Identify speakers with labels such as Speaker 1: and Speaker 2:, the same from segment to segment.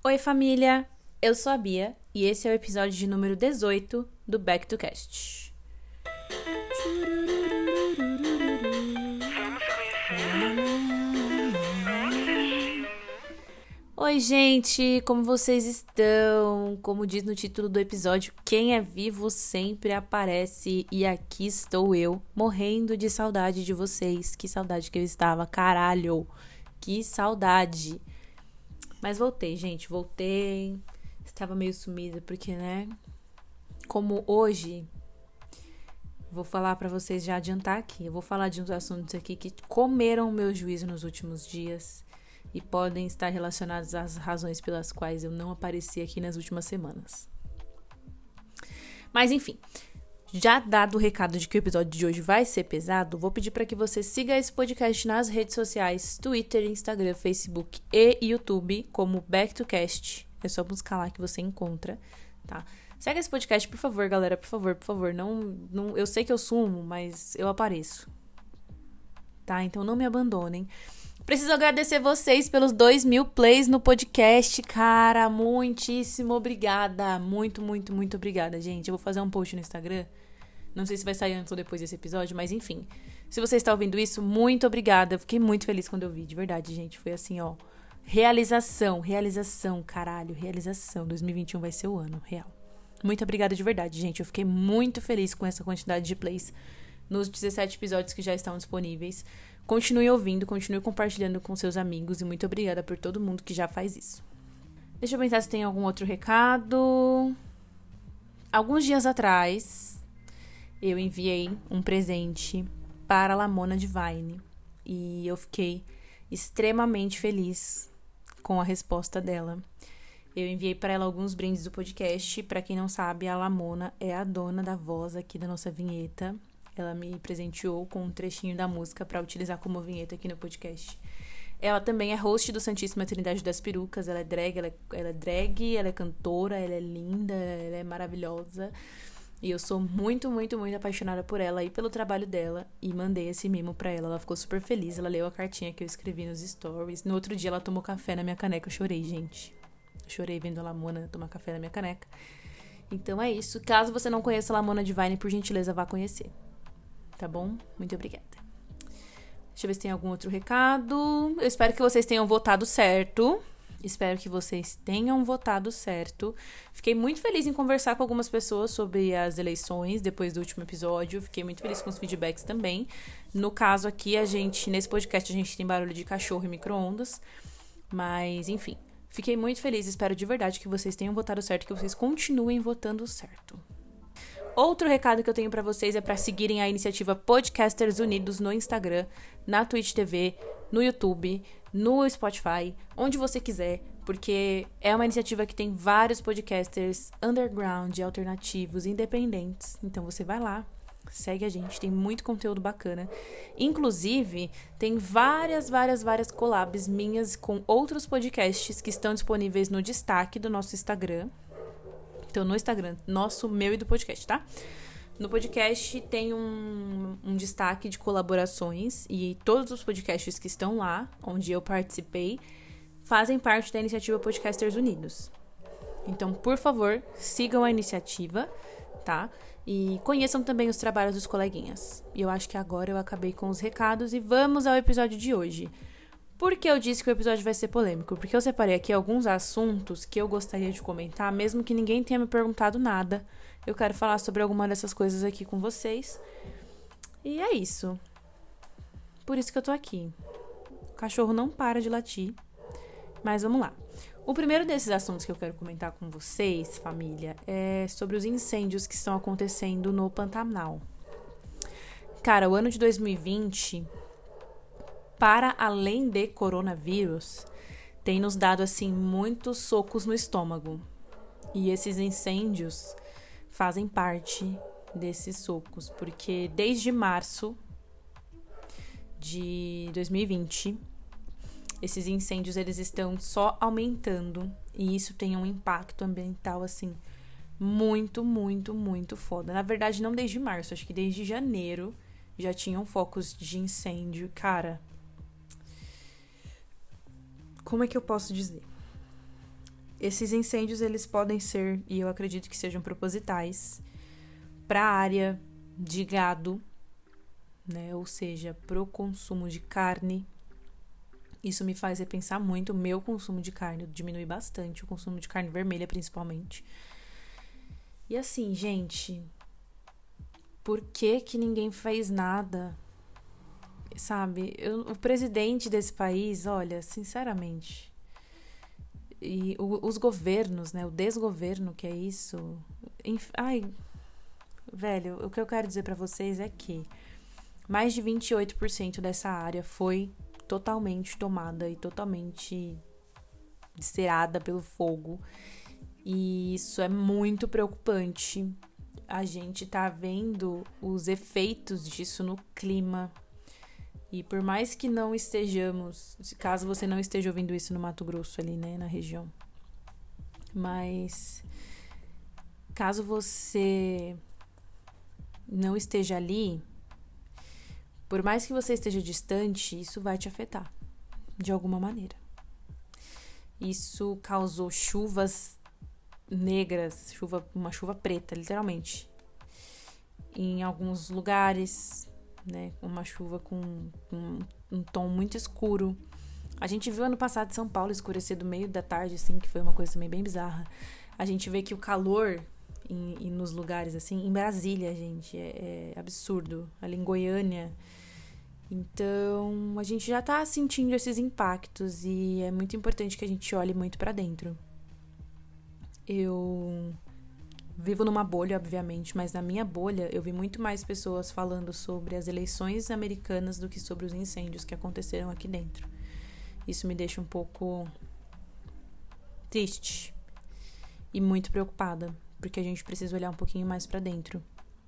Speaker 1: Oi, família! Eu sou a Bia e esse é o episódio de número 18 do Back to Cast. Oi, gente! Como vocês estão? Como diz no título do episódio, quem é vivo sempre aparece e aqui estou eu, morrendo de saudade de vocês. Que saudade que eu estava, caralho! Que saudade! Mas voltei, gente, voltei. Estava meio sumida porque, né? Como hoje, vou falar pra vocês já adiantar aqui. Eu vou falar de uns assuntos aqui que comeram o meu juízo nos últimos dias e podem estar relacionados às razões pelas quais eu não apareci aqui nas últimas semanas. Mas, enfim, já dado o recado de que o episódio de hoje vai ser pesado, vou pedir para que você siga esse podcast nas redes sociais, Twitter, Instagram, Facebook e YouTube, como Back to Cast. É só buscar lá que você encontra, tá? Segue esse podcast, por favor, galera, por favor. Não, eu sei que eu sumo, mas eu apareço, tá? Então não me abandonem. Preciso agradecer vocês pelos 2.000 plays no podcast, cara. Muitíssimo obrigada. Muito obrigada, gente. Eu vou fazer um post no Instagram. Não sei se vai sair antes ou depois desse episódio, mas enfim. Se você está ouvindo isso, muito obrigada. Eu fiquei muito feliz quando eu vi, de verdade, gente. Foi assim, ó. Realização, caralho. Realização. 2021 vai ser o ano, real. Muito obrigada de verdade, gente. Eu fiquei muito feliz com essa quantidade de plays nos 17 episódios que já estão disponíveis. Continue ouvindo, continue compartilhando com seus amigos e muito obrigada por todo mundo que já faz isso. Deixa eu pensar se tem algum outro recado. Alguns dias atrás, eu enviei um presente para a Lamona Divine e eu fiquei extremamente feliz com a resposta dela. Eu enviei para ela alguns brindes do podcast. Para quem não sabe, a Lamona é a dona da voz aqui da nossa vinheta. Ela me presenteou com um trechinho da música para utilizar como vinheta aqui no podcast. Ela também é host do Santíssima Trindade das Perucas. Ela é drag, ela é cantora, ela é linda, ela é maravilhosa. E eu sou muito apaixonada por ela e pelo trabalho dela. E mandei esse mimo pra ela. Ela ficou super feliz. Ela leu a cartinha que eu escrevi nos stories. No outro dia ela tomou café na minha caneca. Eu chorei, gente. Eu chorei vendo a Lamona tomar café na minha caneca. Então é isso. Caso você não conheça a Lamona Divine, por gentileza, vá conhecer. Tá bom? Muito obrigada. Deixa eu ver se tem algum outro recado. Eu espero que vocês tenham votado certo. Fiquei muito feliz em conversar com algumas pessoas sobre as eleições depois do último episódio. Fiquei muito feliz com os feedbacks também. No caso aqui, nesse podcast, a gente tem barulho de cachorro e micro-ondas. Mas, enfim. Fiquei muito feliz. Espero de verdade que vocês tenham votado certo e que vocês continuem votando certo. Outro recado que eu tenho pra vocês é pra seguirem a iniciativa Podcasters Unidos no Instagram, na Twitch TV, no YouTube, no Spotify, onde você quiser, porque é uma iniciativa que tem vários podcasters underground, alternativos, independentes. Então você vai lá, segue a gente, tem muito conteúdo bacana. Inclusive, tem várias collabs minhas com outros podcasts que estão disponíveis no destaque do nosso Instagram. Então, no Instagram, meu e do podcast, tá? No podcast tem um destaque de colaborações e todos os podcasts que estão lá, onde eu participei, fazem parte da iniciativa Podcasters Unidos. Então, por favor, sigam a iniciativa, tá? E conheçam também os trabalhos dos coleguinhas. E eu acho que agora eu acabei com os recados e vamos ao episódio de hoje. Por que eu disse que o episódio vai ser polêmico? Porque eu separei aqui alguns assuntos que eu gostaria de comentar, mesmo que ninguém tenha me perguntado nada. Eu quero falar sobre alguma dessas coisas aqui com vocês. E é isso. Por isso que eu tô aqui. O cachorro não para de latir. Mas vamos lá. O primeiro desses assuntos que eu quero comentar com vocês, família, é sobre os incêndios que estão acontecendo no Pantanal. Cara, o ano de 2020... para além de coronavírus, tem nos dado, assim, muitos socos no estômago. E esses incêndios fazem parte desses socos, porque desde março de 2020, esses incêndios, eles estão só aumentando, e isso tem um impacto ambiental, assim, muito foda. Na verdade, não desde março, acho que desde janeiro já tinham focos de incêndio, cara. Como é que eu posso dizer? Esses incêndios, eles podem ser, e eu acredito que sejam propositais, para a área de gado, né? Ou seja, para o consumo de carne. Isso me faz repensar muito o meu consumo de carne. Eu diminui bastante o consumo de carne vermelha, principalmente. E assim, gente, por que que ninguém fez nada? Sabe? O presidente desse país, olha, sinceramente, e os governos, né? O desgoverno, que é isso. Ai, velho, o que eu quero dizer pra vocês é que mais de 28% dessa área foi totalmente tomada e totalmente dicerada pelo fogo. E isso é muito preocupante. A gente tá vendo os efeitos disso no clima. E por mais que não estejamos, caso você não esteja ouvindo isso no Mato Grosso ali, né, na região, mas caso você não esteja ali, por mais que você esteja distante, isso vai te afetar de alguma maneira. Isso causou chuvas negras, uma chuva preta, literalmente, em alguns lugares, né, uma chuva com um tom muito escuro. A gente viu ano passado São Paulo escurecer do meio da tarde, assim, que foi uma coisa também bem bizarra. A gente vê que o calor nos lugares, assim, em Brasília, gente, é absurdo. Ali em Goiânia. Então, a gente já tá sentindo esses impactos e é muito importante que a gente olhe muito pra dentro. Eu vivo numa bolha, obviamente, mas na minha bolha eu vi muito mais pessoas falando sobre as eleições americanas do que sobre os incêndios que aconteceram aqui dentro. Isso me deixa um pouco triste e muito preocupada, porque a gente precisa olhar um pouquinho mais pra dentro.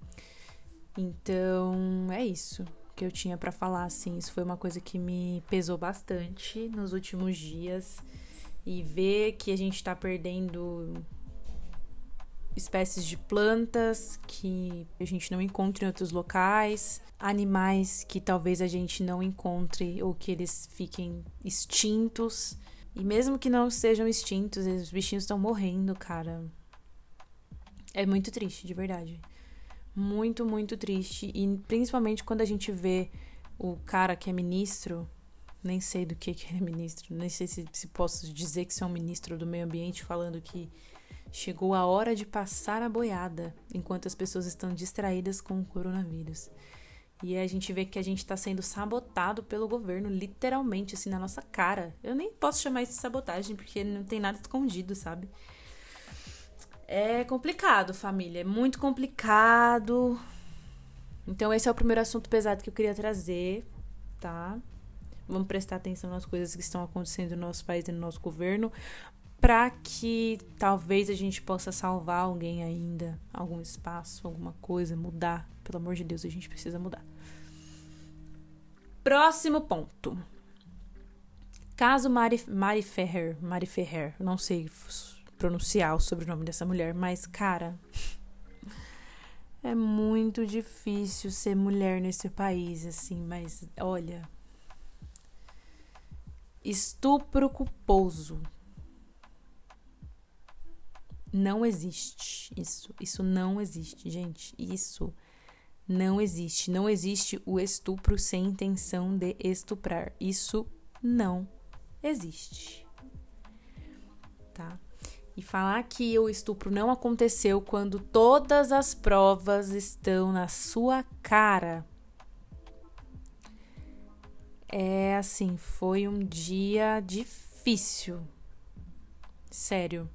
Speaker 1: Então, é isso que eu tinha pra falar, assim. Isso foi uma coisa que me pesou bastante nos últimos dias. E ver que a gente tá perdendo espécies de plantas que a gente não encontra em outros locais, animais que talvez a gente não encontre ou que eles fiquem extintos. E mesmo que não sejam extintos, os bichinhos estão morrendo, cara. É muito triste, de verdade. Muito, muito triste. E principalmente quando a gente vê o cara que é ministro, nem sei do que ele é ministro, nem sei se posso dizer que é um ministro do meio ambiente, falando que chegou a hora de passar a boiada, enquanto as pessoas estão distraídas com o coronavírus. E a gente vê que a gente tá sendo sabotado pelo governo, literalmente, assim, na nossa cara. Eu nem posso chamar isso de sabotagem, porque não tem nada escondido, sabe? É complicado, família, é muito complicado. Então esse é o primeiro assunto pesado que eu queria trazer, tá? Vamos prestar atenção nas coisas que estão acontecendo no nosso país e no nosso governo, para que talvez a gente possa salvar alguém ainda, algum espaço, alguma coisa, mudar. Pelo amor de Deus, a gente precisa mudar. Próximo ponto. Caso Mari Ferrer, não sei pronunciar o sobrenome dessa mulher, mas, cara, é muito difícil ser mulher nesse país, assim, mas, olha, estupro culposo. Não existe isso. Isso não existe, gente. Isso não existe. Não existe o estupro sem intenção de estuprar. Isso não existe. Tá? E falar que o estupro não aconteceu quando todas as provas estão na sua cara. É assim, foi um dia difícil. Sério.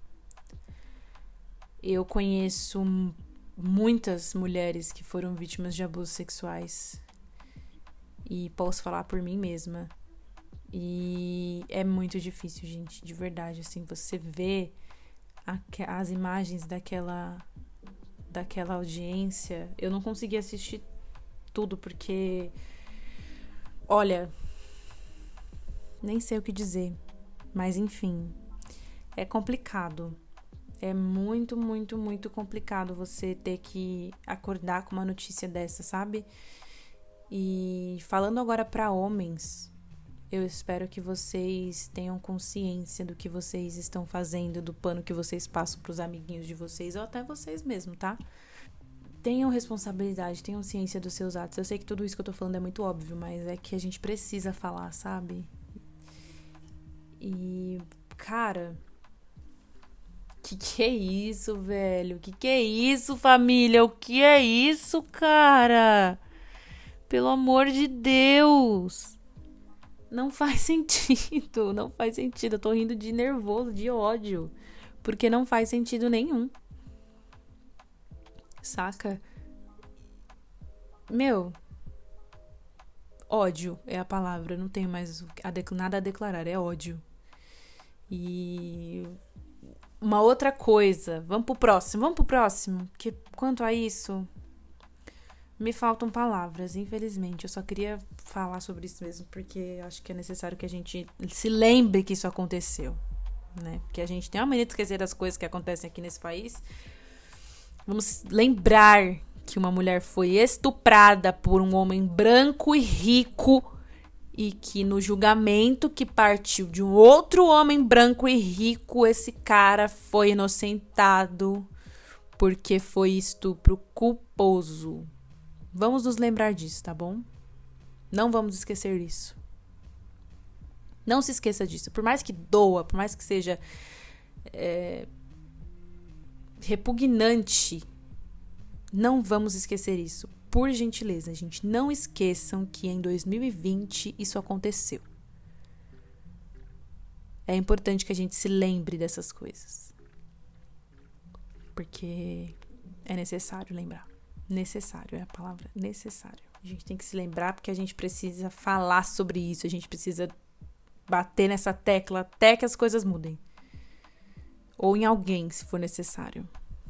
Speaker 1: Eu conheço muitas mulheres que foram vítimas de abusos sexuais. E posso falar por mim mesma. E é muito difícil, gente, de verdade. Assim, você vê as imagens daquela audiência. Eu não consegui assistir tudo porque, olha, nem sei o que dizer. Mas enfim, é complicado. É muito, muito, muito complicado você ter que acordar com uma notícia dessa, sabe? E falando agora pra homens, Eu espero que vocês tenham consciência do que vocês estão fazendo, do pano que vocês passam pros amiguinhos de vocês, ou até vocês mesmos, tá? Tenham responsabilidade, tenham ciência dos seus atos. Eu sei que tudo isso que eu tô falando é muito óbvio, mas é que a gente precisa falar, sabe? E, cara, que é isso, velho? Que é isso, família? O que é isso, cara? Pelo amor de Deus! Não faz sentido, não faz sentido. Eu tô rindo de nervoso, de ódio. Porque não faz sentido nenhum. Saca? Meu, ódio é a palavra. Não tenho mais nada a declarar, é ódio. E uma outra coisa. Vamos pro próximo. Porque quanto a isso, me faltam palavras, infelizmente. Eu só queria falar sobre isso mesmo, porque acho que é necessário que a gente se lembre que isso aconteceu, né? Porque a gente tem uma mania de esquecer das coisas que acontecem aqui nesse país. Vamos lembrar que uma mulher foi estuprada por um homem branco e rico e que no julgamento que partiu de um outro homem branco e rico, esse cara foi inocentado porque foi estupro culposo. Vamos nos lembrar disso, tá bom? Não vamos esquecer disso. Não se esqueça disso. Por mais que doa, por mais que seja repugnante, não vamos esquecer isso. Por gentileza, gente, não esqueçam que em 2020 isso aconteceu. É importante que a gente se lembre dessas coisas. Porque é necessário lembrar. Necessário é a palavra, necessário. A gente tem que se lembrar porque a gente precisa falar sobre isso. A gente precisa bater nessa tecla até que as coisas mudem. Ou em alguém, se for necessário.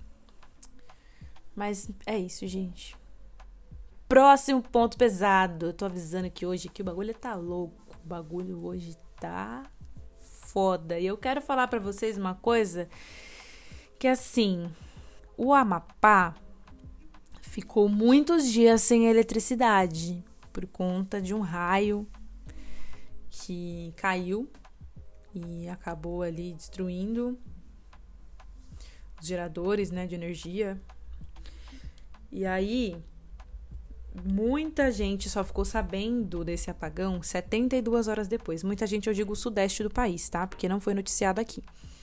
Speaker 1: Mas é isso, gente. Próximo ponto pesado. Eu tô avisando que hoje aqui o bagulho tá louco. O bagulho hoje tá foda. E eu quero falar pra vocês uma coisa que, assim, o Amapá ficou muitos dias sem eletricidade por conta de um raio que caiu e acabou ali destruindo os geradores, né, de energia. E aí, muita gente só ficou sabendo desse apagão 72 horas depois. Muita gente, eu digo o sudeste do país, tá? Porque não foi noticiado aqui.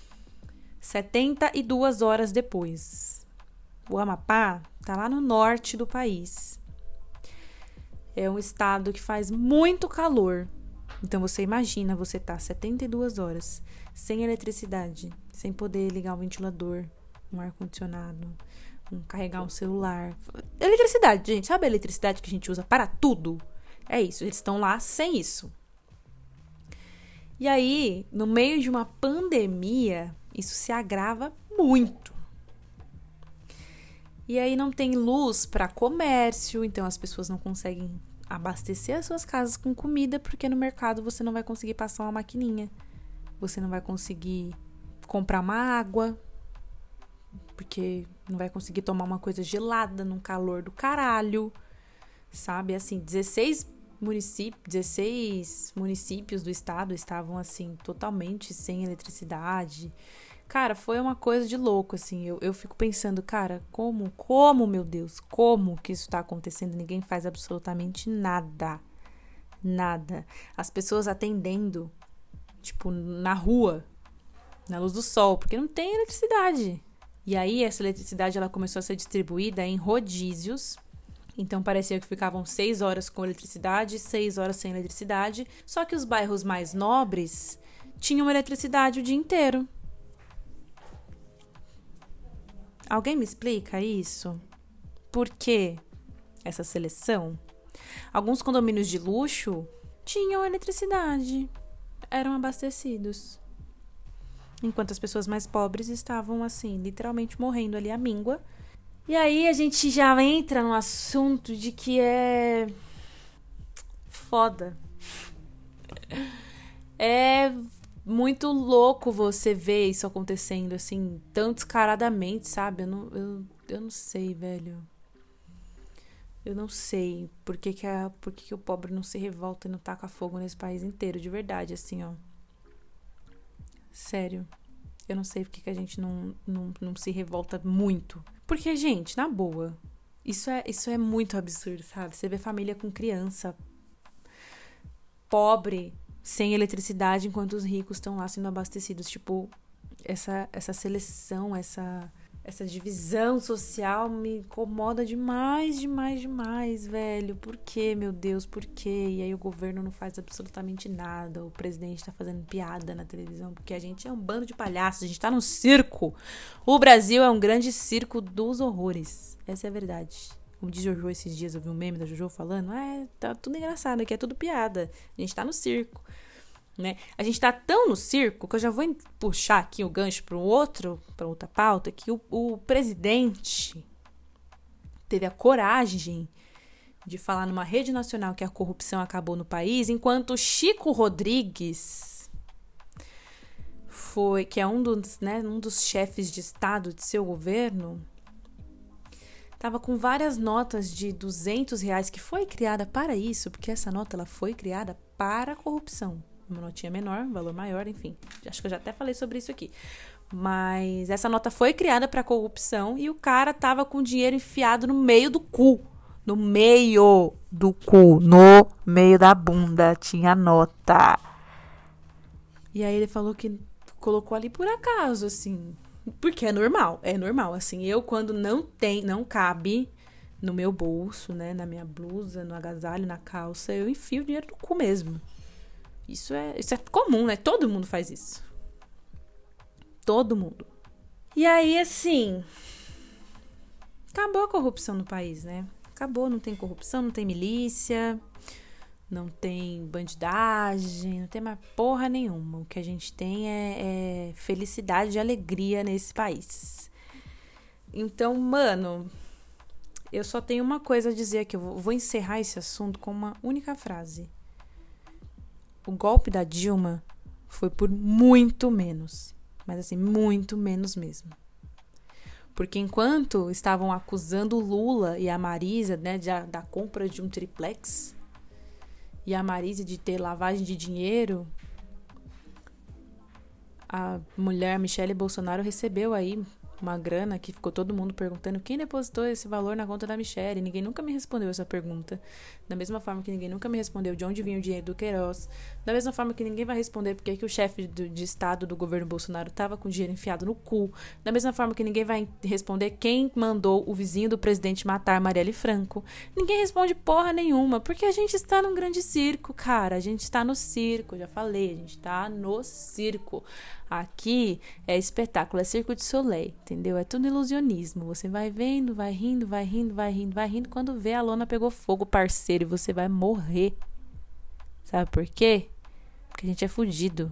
Speaker 1: 72 horas depois. O Amapá tá lá no norte do país. É um estado que faz muito calor. Então você imagina, você tá 72 horas sem eletricidade, sem poder ligar um ventilador, um ar-condicionado, carregar um celular. Eletricidade, gente. Sabe a eletricidade que a gente usa para tudo? É isso, eles estão lá sem isso. E aí, no meio de uma pandemia, isso se agrava muito. E aí não tem luz para comércio, então as pessoas não conseguem abastecer as suas casas com comida, porque no mercado você não vai conseguir passar uma maquininha. Você não vai conseguir comprar uma água, porque não vai conseguir tomar uma coisa gelada num calor do caralho, sabe? Assim, 16 municípios do estado estavam, assim, totalmente sem eletricidade. Cara, foi uma coisa de louco, assim. Eu fico pensando, cara, como, meu Deus, como que isso tá acontecendo? Ninguém faz absolutamente nada. Nada. As pessoas atendendo, tipo, na rua, na luz do sol, porque não tem eletricidade. E aí, essa eletricidade, ela começou a ser distribuída em rodízios. Então, parecia que ficavam 6 horas com eletricidade, 6 horas sem eletricidade. Só que os bairros mais nobres tinham eletricidade o dia inteiro. Alguém me explica isso? Por que essa seleção? Alguns condomínios de luxo tinham eletricidade, eram abastecidos. Enquanto as pessoas mais pobres estavam, assim, literalmente morrendo ali à míngua. E aí a gente já entra no assunto de que é foda. É muito louco você ver isso acontecendo, assim, tão descaradamente, sabe? Eu não sei, velho. Eu não sei por que o pobre não se revolta e não taca fogo nesse país inteiro, de verdade, assim, ó. Sério. Eu não sei por que a gente não se revolta muito. Porque, gente, na boa, isso é muito absurdo, sabe? Você vê família com criança pobre, sem eletricidade, enquanto os ricos estão lá sendo abastecidos. Tipo, essa seleção, essa divisão social me incomoda demais, velho. Por quê, meu Deus, por quê? E aí o governo não faz absolutamente nada. O presidente tá fazendo piada na televisão, porque a gente é um bando de palhaços, a gente tá num circo. O Brasil é um grande circo dos horrores. Essa é a verdade. Como diz Jojo esses dias, eu vi um meme da Jojo falando, tá tudo engraçado aqui, é tudo piada. A gente tá no circo. Né? A gente tá tão no circo que eu já vou puxar aqui o gancho para outra pauta, que o presidente teve a coragem de falar numa rede nacional que a corrupção acabou no país, enquanto Chico Rodrigues que é um dos chefes de estado de seu governo, tava com várias notas de R$200 que foi criada para isso, porque essa nota ela foi criada para a corrupção. Uma notinha menor, valor maior, enfim. Acho que eu já até falei sobre isso aqui. Mas essa nota foi criada para corrupção e o cara tava com o dinheiro enfiado no meio do cu. No meio do cu, no meio da bunda, tinha nota. E aí ele falou que colocou ali por acaso, assim. Porque é normal, assim. Eu, quando não cabe no meu bolso, né, na minha blusa, no agasalho, na calça, eu enfio o dinheiro no cu mesmo. Isso é comum, né? Todo mundo faz isso. Todo mundo. E aí, assim, acabou a corrupção no país, né? Acabou, não tem corrupção, não tem milícia, não tem bandidagem, não tem mais porra nenhuma. O que a gente tem é felicidade e alegria nesse país. Então, mano, eu só tenho uma coisa a dizer aqui. Eu vou encerrar esse assunto com uma única frase. O golpe da Dilma foi por muito menos. Mas assim, muito menos mesmo. Porque enquanto estavam acusando o Lula e a Marisa, né, da compra de um triplex, e a Marisa de ter lavagem de dinheiro, a mulher Michele Bolsonaro recebeu aí uma grana que ficou todo mundo perguntando quem depositou esse valor na conta da Michele. Ninguém nunca me respondeu essa pergunta. Da mesma forma que ninguém nunca me respondeu de onde vinha o dinheiro do Queiroz. Da mesma forma que ninguém vai responder porque que o chefe de estado do governo Bolsonaro estava com o dinheiro enfiado no cu. Da mesma forma que ninguém vai responder quem mandou o vizinho do presidente matar Marielle Franco. Ninguém responde porra nenhuma, porque a gente está num grande circo, cara. A gente está no circo, já falei, a gente está no circo. Aqui é espetáculo, é Circo de Soleil, entendeu? É tudo ilusionismo. Você vai vendo, vai rindo, vai rindo, vai rindo, vai rindo. Quando vê, a lona pegou fogo, parceiro, e você vai morrer. Sabe por quê? Porque a gente é fudido.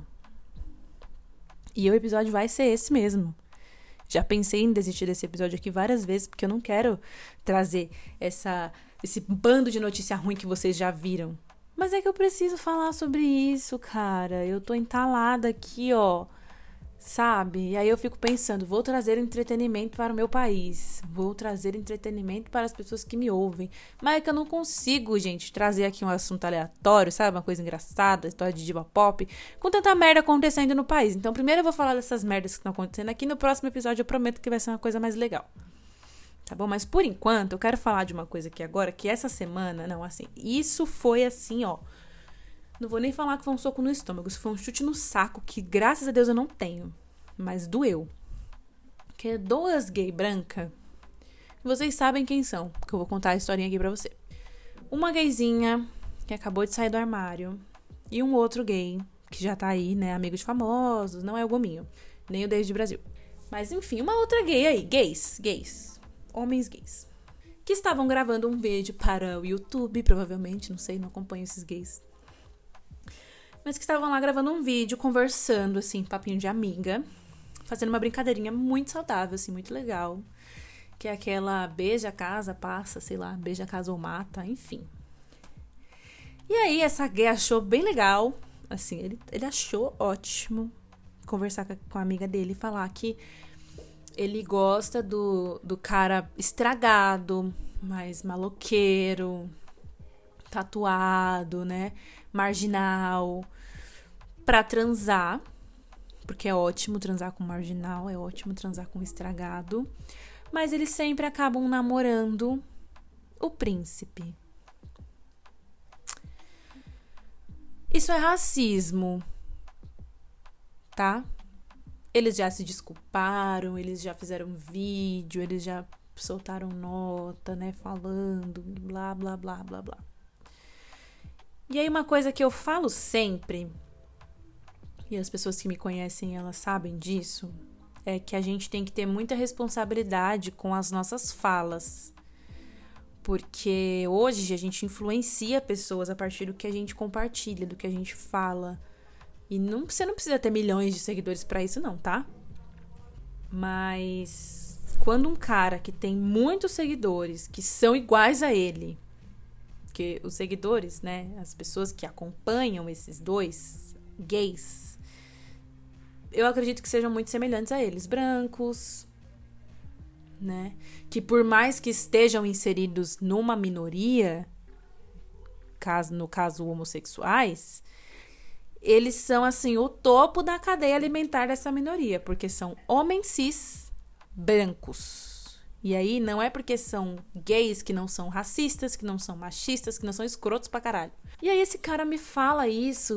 Speaker 1: E o episódio vai ser esse mesmo. Já pensei em desistir desse episódio aqui várias vezes, porque eu não quero trazer esse bando de notícia ruim que vocês já viram. Mas é que eu preciso falar sobre isso, cara. Eu tô entalada aqui, ó. Sabe? E aí eu fico pensando, vou trazer entretenimento para o meu país. Vou trazer entretenimento para as pessoas que me ouvem. Mas é que eu não consigo, gente, trazer aqui um assunto aleatório, sabe? Uma coisa engraçada, história de diva pop, com tanta merda acontecendo no país. Então primeiro eu vou falar dessas merdas que estão acontecendo aqui. No próximo episódio eu prometo que vai ser uma coisa mais legal. Tá bom? Mas por enquanto eu quero falar de uma coisa aqui agora, que essa semana, não, assim, isso foi assim, ó. Não vou nem falar que foi um soco no estômago, isso foi um chute no saco, que graças a Deus eu não tenho. Mas doeu. Que é duas gay branca. Vocês sabem quem são, porque eu vou contar a historinha aqui pra você. Uma gayzinha que acabou de sair do armário. E um outro gay, que já tá aí, né, amigo de famosos, não é o Gominho, nem o David Brasil. Mas enfim, uma outra gay aí, gays. Homens gays. Que estavam gravando um vídeo para o YouTube, provavelmente, não sei, não acompanho esses gays. Mas que estavam lá gravando um vídeo, conversando, assim, papinho de amiga, fazendo uma brincadeirinha muito saudável, assim, muito legal. Que é aquela beija a casa, passa, sei lá, beija a casa ou mata, enfim. E aí, essa gay achou bem legal, assim, ele achou ótimo conversar com a amiga dele e falar que ele gosta do cara estragado, mais maloqueiro, tatuado, né? Marginal, pra transar, porque é ótimo transar com marginal, é ótimo transar com estragado, mas eles sempre acabam namorando o príncipe. Isso é racismo, tá? Eles já se desculparam, eles já fizeram vídeo, eles já soltaram nota, né, falando, blá, blá, blá, blá, blá. E aí uma coisa que eu falo sempre, e as pessoas que me conhecem, elas sabem disso, é que a gente tem que ter muita responsabilidade com as nossas falas. Porque hoje a gente influencia pessoas a partir do que a gente compartilha, do que a gente fala. E você não precisa ter milhões de seguidores pra isso não, tá? Mas quando um cara que tem muitos seguidores, que são iguais a ele, que os seguidores, né, as pessoas que acompanham esses dois gays, eu acredito que sejam muito semelhantes a eles, brancos, né, que por mais que estejam inseridos numa minoria, no caso homossexuais, eles são assim o topo da cadeia alimentar dessa minoria, porque são homens cis brancos. E aí não é porque são gays que não são racistas, que não são machistas, que não são escrotos pra caralho. E aí esse cara me fala isso,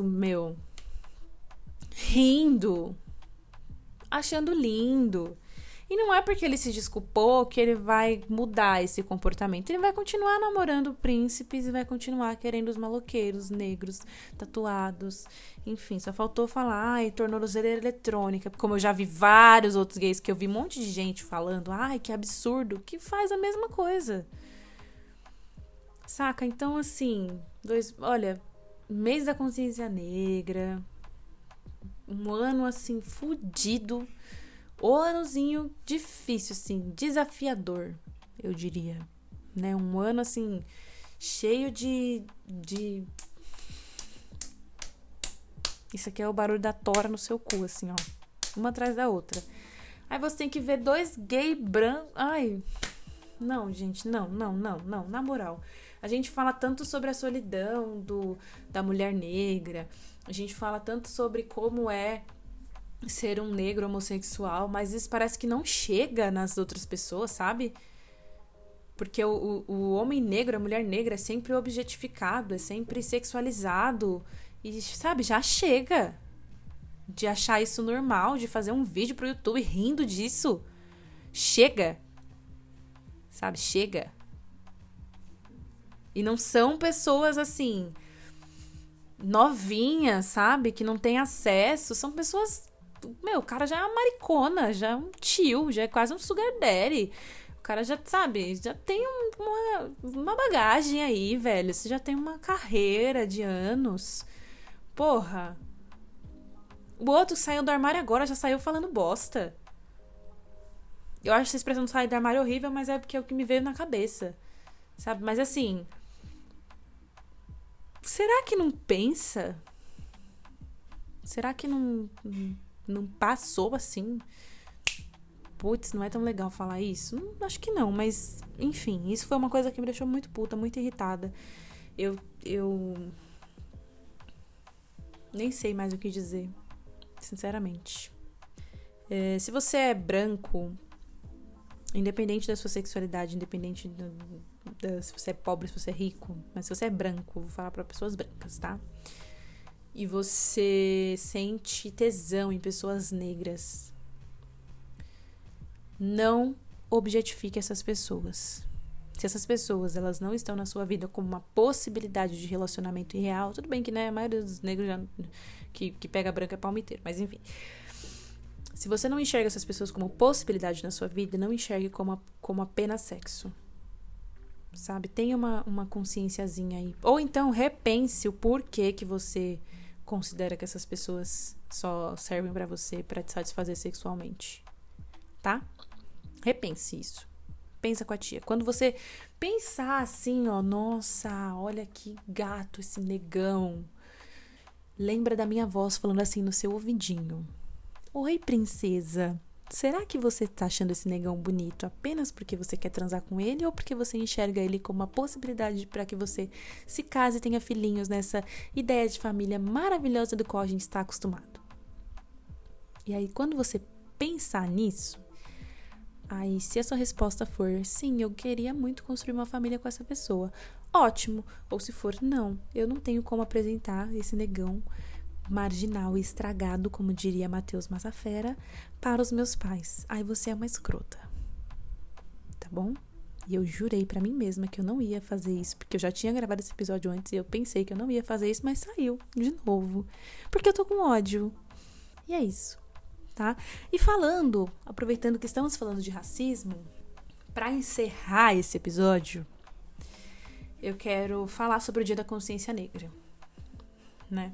Speaker 1: rindo, achando lindo. E não é porque ele se desculpou que ele vai mudar esse comportamento. Ele vai continuar namorando príncipes e vai continuar querendo os maloqueiros, negros, tatuados. Enfim, só faltou falar, tornozeleira eletrônica. Como eu já vi vários outros gays, que eu vi um monte de gente falando, que absurdo, que faz a mesma coisa. Saca? Então, assim, olha, mês da consciência negra, um ano, assim, fudido. O anozinho difícil, assim, desafiador, eu diria, né? Um ano, assim, cheio de... Isso aqui é o barulho da tora no seu cu, assim, ó. Uma atrás da outra. Aí você tem que ver dois gay brancos... Ai, não, gente, não, na moral. A gente fala tanto sobre a solidão da mulher negra. A gente fala tanto sobre como é ser um negro homossexual, mas isso parece que não chega nas outras pessoas, sabe? Porque o homem negro, a mulher negra é sempre objetificado, é sempre sexualizado e, sabe, já chega de achar isso normal, de fazer um vídeo pro YouTube rindo disso. Chega, sabe? Chega. E não são pessoas assim novinhas, sabe? Que não têm acesso, são pessoas... o cara já é uma maricona, já é um tio, já é quase um sugar daddy. O cara já, sabe, já tem uma bagagem aí, velho. Você já tem uma carreira de anos. Porra. O outro saiu do armário agora, já saiu falando bosta. Eu acho essa expressão de sair do armário horrível, mas é porque é o que me veio na cabeça. Sabe? Mas assim... será que não pensa? Será que não passou assim? Putz, não é tão legal falar isso? Acho que não, mas enfim, isso foi uma coisa que me deixou muito puta, muito irritada. Eu nem sei mais o que dizer, sinceramente. Se você é branco, independente da sua sexualidade, independente se você é pobre, se você é rico, mas se você é branco, vou falar pra pessoas brancas, tá? E você sente tesão em pessoas negras, não objetifique essas pessoas. Se essas pessoas, elas não estão na sua vida como uma possibilidade de relacionamento real, tudo bem que, né, a maioria dos negros que pega branca é palmiteiro, mas enfim. Se você não enxerga essas pessoas como possibilidade na sua vida, não enxergue como apenas sexo. Sabe? Tenha uma consciênciazinha aí. Ou então repense o porquê que você considera que essas pessoas só servem pra você pra te satisfazer sexualmente. Tá? Repense isso. Pensa com a tia. Quando você pensar assim, ó, nossa, olha que gato esse negão. Lembra da minha voz falando assim no seu ouvidinho. Oi, princesa. Será que você tá achando esse negão bonito apenas porque você quer transar com ele ou porque você enxerga ele como uma possibilidade para que você se case e tenha filhinhos nessa ideia de família maravilhosa do qual a gente está acostumado? E aí, quando você pensar nisso, aí se a sua resposta for sim, eu queria muito construir uma família com essa pessoa, ótimo. Ou se for não, eu não tenho como apresentar esse negão marginal e estragado, como diria Matheus Massafera, para os meus pais. Aí você é uma escrota. Tá bom? E eu jurei pra mim mesma que eu não ia fazer isso, porque eu já tinha gravado esse episódio antes e eu pensei que eu não ia fazer isso, mas saiu de novo. Porque eu tô com ódio. E é isso, tá? E aproveitando que estamos falando de racismo, pra encerrar esse episódio, eu quero falar sobre o Dia da Consciência Negra, né?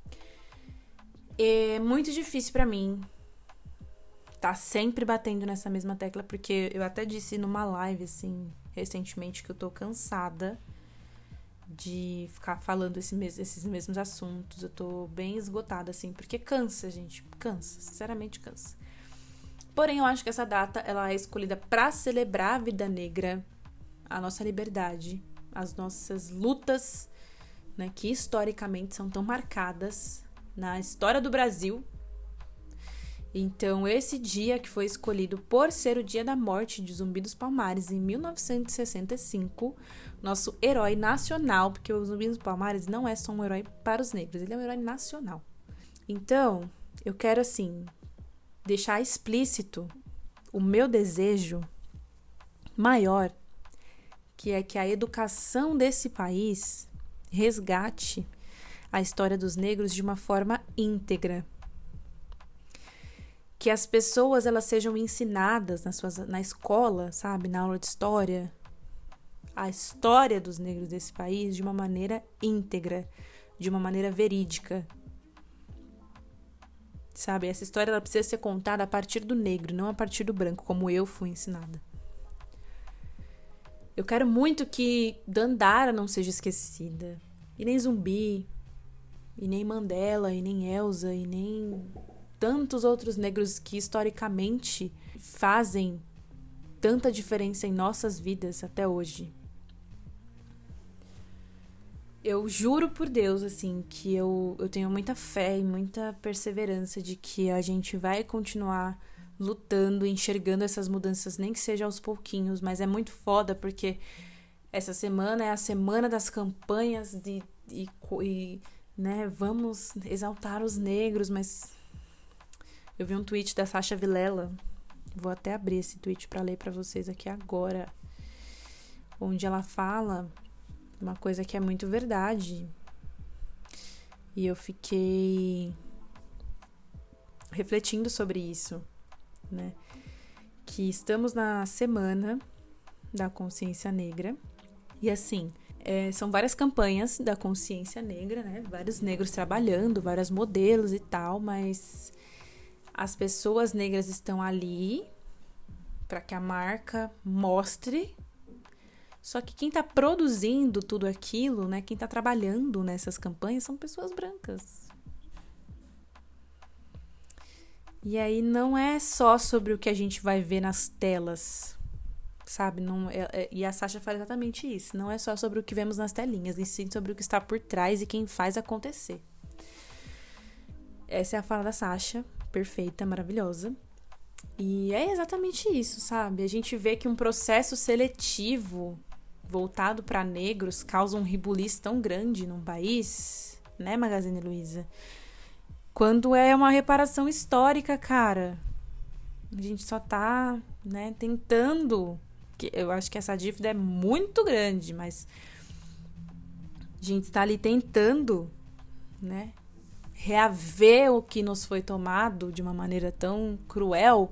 Speaker 1: É muito difícil pra mim tá sempre batendo nessa mesma tecla, porque eu até disse numa live, assim, recentemente, que eu tô cansada de ficar falando esses mesmos assuntos. Eu tô bem esgotada, assim, porque cansa, gente, cansa, sinceramente cansa. Porém, eu acho que essa data, ela é escolhida pra celebrar a vida negra, a nossa liberdade, as nossas lutas, né, que historicamente são tão marcadas na história do Brasil. Então, esse dia que foi escolhido por ser o dia da morte de Zumbi dos Palmares, em 1965, nosso herói nacional, porque o Zumbi dos Palmares não é só um herói para os negros, ele é um herói nacional. Então, eu quero, assim, deixar explícito o meu desejo maior, que é que a educação desse país resgate a história dos negros de uma forma íntegra. Que as pessoas, elas sejam ensinadas na escola, sabe, na aula de história, a história dos negros desse país de uma maneira íntegra, de uma maneira verídica. Sabe, essa história, ela precisa ser contada a partir do negro, não a partir do branco, como eu fui ensinada. Eu quero muito que Dandara não seja esquecida, e nem Zumbi, e nem Mandela, e nem Elsa, e nem tantos outros negros que historicamente fazem tanta diferença em nossas vidas até hoje. Eu juro por Deus, assim, que eu tenho muita fé e muita perseverança de que a gente vai continuar lutando, enxergando essas mudanças, nem que seja aos pouquinhos, mas é muito foda porque essa semana é a semana das campanhas e né, vamos exaltar os negros, mas eu vi um tweet da Sasha Vilela, vou até abrir esse tweet para ler para vocês aqui agora, onde ela fala uma coisa que é muito verdade, e eu fiquei refletindo sobre isso, né? Que estamos na semana da consciência negra, e assim, são várias campanhas da consciência negra, né? Vários negros trabalhando, vários modelos e tal, mas as pessoas negras estão ali para que a marca mostre. Só que quem tá produzindo tudo aquilo, né? Quem tá trabalhando nessas campanhas são pessoas brancas. E aí não é só sobre o que a gente vai ver nas telas, sabe? Não e a Sasha fala exatamente isso. Não é só sobre o que vemos nas telinhas, e sim sobre o que está por trás e quem faz acontecer. Essa é a fala da Sasha, perfeita, maravilhosa. E é exatamente isso, sabe? A gente vê que um processo seletivo voltado para negros causa um ribuliço tão grande num país, né, Magazine Luiza? Quando é uma reparação histórica, cara. A gente só tá, né, tentando. Eu acho que essa dívida é muito grande, mas a gente tá ali tentando, né, reaver o que nos foi tomado de uma maneira tão cruel.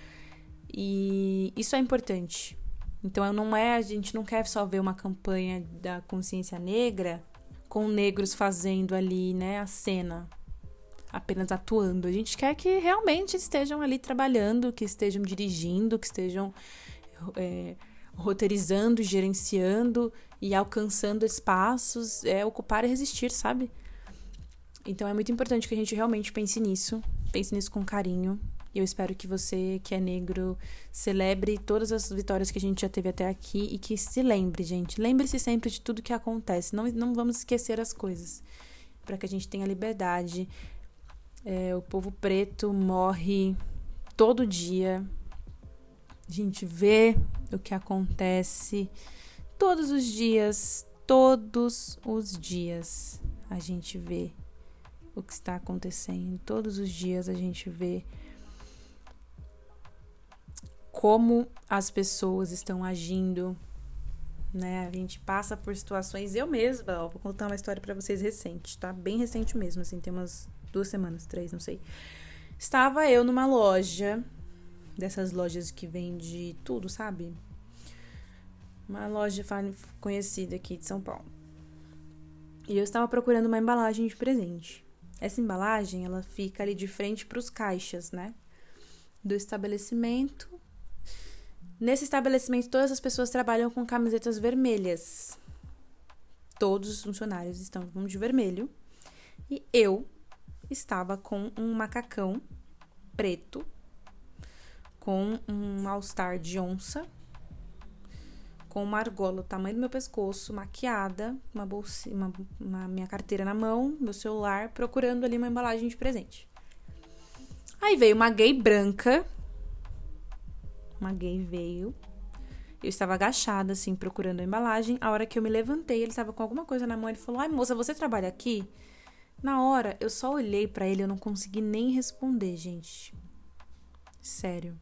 Speaker 1: E isso é importante. Então a gente não quer só ver uma campanha da consciência negra com negros fazendo ali, né, a cena, apenas atuando. A gente quer que realmente estejam ali trabalhando, que estejam dirigindo, que estejam roteirizando, gerenciando e alcançando espaços, ocupar e resistir, sabe? Então é muito importante que a gente realmente pense nisso com carinho, E eu espero que você, que é negro, celebre todas as vitórias que a gente já teve até aqui e que se lembre, gente. Lembre-se sempre de tudo que acontece. Não vamos esquecer as coisas. Para que a gente tenha liberdade. O povo preto morre todo dia. A gente vê o que acontece todos os dias. Todos os dias a gente vê o que está acontecendo. Todos os dias a gente vê como as pessoas estão agindo, né? A gente passa por situações. Eu mesma, vou contar uma história pra vocês recente, tá? Bem recente mesmo, assim, tem umas 2 semanas, 3, não sei. Estava eu numa loja, dessas lojas que vende tudo, sabe? Uma loja conhecida aqui de São Paulo. E eu estava procurando uma embalagem de presente. Essa embalagem, ela fica ali de frente pros caixas, né? Do estabelecimento. Nesse estabelecimento, todas as pessoas trabalham com camisetas vermelhas. Todos os funcionários estão de vermelho. E eu estava com um macacão preto, com um all-star de onça, com uma argola do tamanho do meu pescoço, maquiada, uma bolsinha, minha carteira na mão, meu celular, procurando ali uma embalagem de presente. Aí veio uma gay branca. Uma gay veio. Eu estava agachada, assim, procurando a embalagem. A hora que eu me levantei, ele estava com alguma coisa na mão. Ele falou, ai, moça, você trabalha aqui? Na hora, eu só olhei pra ele, eu não consegui nem responder, gente. Sério.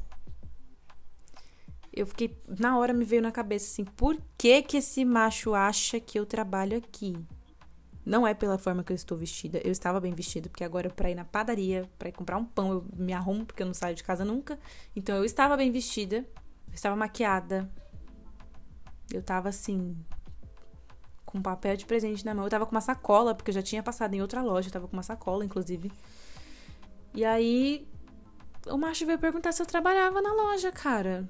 Speaker 1: Eu fiquei... Na hora me veio na cabeça, assim, por que que esse macho acha que eu trabalho aqui? Não é pela forma que eu estou vestida. Eu estava bem vestida, porque agora pra ir na padaria, pra ir comprar um pão, eu me arrumo, porque eu não saio de casa nunca. Então, eu estava bem vestida, eu estava maquiada. Eu tava, assim, com papel de presente na mão. Eu tava com uma sacola, porque eu já tinha passado em outra loja. Eu tava com uma sacola, inclusive. E aí, o macho veio perguntar se eu trabalhava na loja, cara.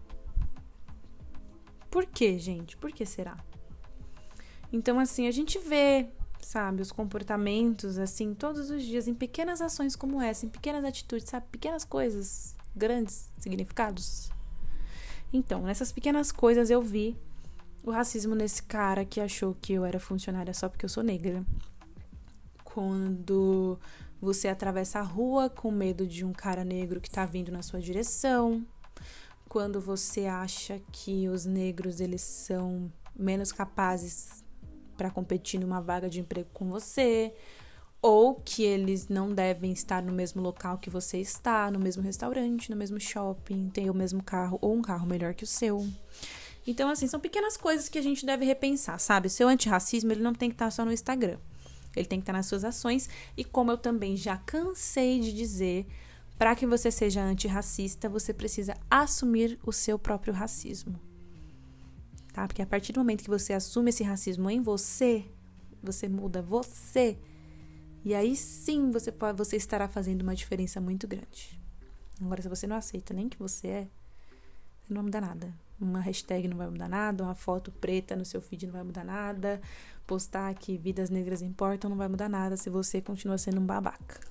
Speaker 1: Por quê, gente? Por que será? Então, assim, a gente vê, sabe, os comportamentos, assim, todos os dias, em pequenas ações como essa, em pequenas atitudes, sabe? Pequenas coisas, grandes significados. Então, nessas pequenas coisas eu vi o racismo nesse cara que achou que eu era funcionária só porque eu sou negra. Quando você atravessa a rua com medo de um cara negro que tá vindo na sua direção. Quando você acha que os negros, eles são menos capazes para competir numa vaga de emprego com você, ou que eles não devem estar no mesmo local que você está, no mesmo restaurante, no mesmo shopping, tem o mesmo carro ou um carro melhor que o seu. Então, assim, são pequenas coisas que a gente deve repensar, sabe? O seu antirracismo, ele não tem que estar só no Instagram. Ele tem que estar nas suas ações. E como eu também já cansei de dizer, para que você seja antirracista, você precisa assumir o seu próprio racismo. Tá? Porque a partir do momento que você assume esse racismo em você, você muda você. E aí sim você estará fazendo uma diferença muito grande. Agora, se você não aceita nem que você não vai mudar nada. Uma hashtag não vai mudar nada, uma foto preta no seu feed não vai mudar nada, postar que vidas negras importam não vai mudar nada se você continua sendo um babaca.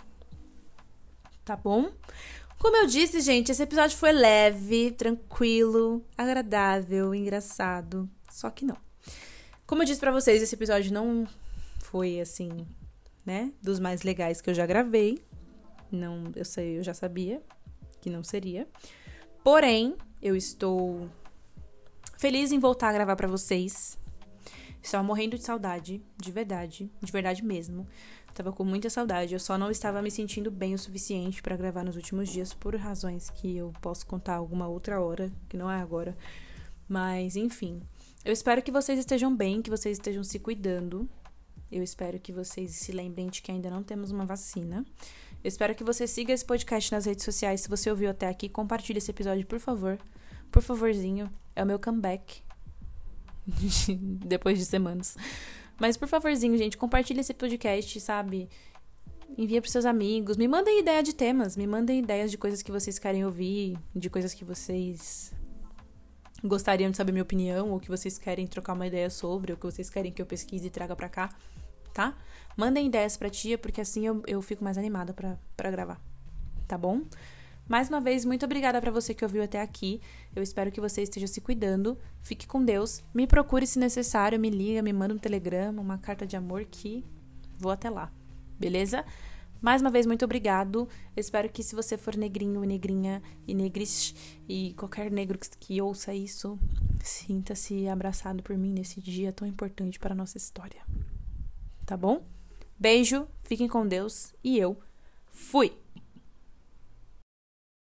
Speaker 1: Tá bom? Como eu disse, gente, esse episódio foi leve, tranquilo, agradável, engraçado. Só que não. Como eu disse pra vocês, esse episódio não foi, assim, né, dos mais legais que eu já gravei. Não, eu já sabia que não seria. Porém, eu estou feliz em voltar a gravar pra vocês. Estava morrendo de saudade, de verdade mesmo. Tava com muita saudade, eu só não estava me sentindo bem o suficiente pra gravar nos últimos dias, por razões que eu posso contar alguma outra hora, que não é agora. Mas, enfim, eu espero que vocês estejam bem, que vocês estejam se cuidando. Eu espero que vocês se lembrem de que ainda não temos uma vacina. Eu espero que você siga esse podcast nas redes sociais. Se você ouviu até aqui, compartilhe esse episódio, por favor. Por favorzinho, é o meu comeback. Depois de semanas. Mas, por favorzinho, gente, compartilhe esse podcast, sabe? Envia pros seus amigos. Me mandem ideia de temas. Me mandem ideias de coisas que vocês querem ouvir. De coisas que vocês gostariam de saber minha opinião. Ou que vocês querem trocar uma ideia sobre. Ou que vocês querem que eu pesquise e traga pra cá. Tá? Mandem ideias pra tia, porque assim eu fico mais animada pra gravar. Tá bom? Mais uma vez, muito obrigada pra você que ouviu até aqui. Eu espero que você esteja se cuidando. Fique com Deus. Me procure se necessário, me liga, me manda um telegrama, uma carta de amor que vou até lá. Beleza? Mais uma vez, muito obrigado. Eu espero que se você for negrinho, negrinha e negris e qualquer negro que ouça isso, sinta-se abraçado por mim nesse dia tão importante para a nossa história. Tá bom? Beijo, fiquem com Deus e eu fui!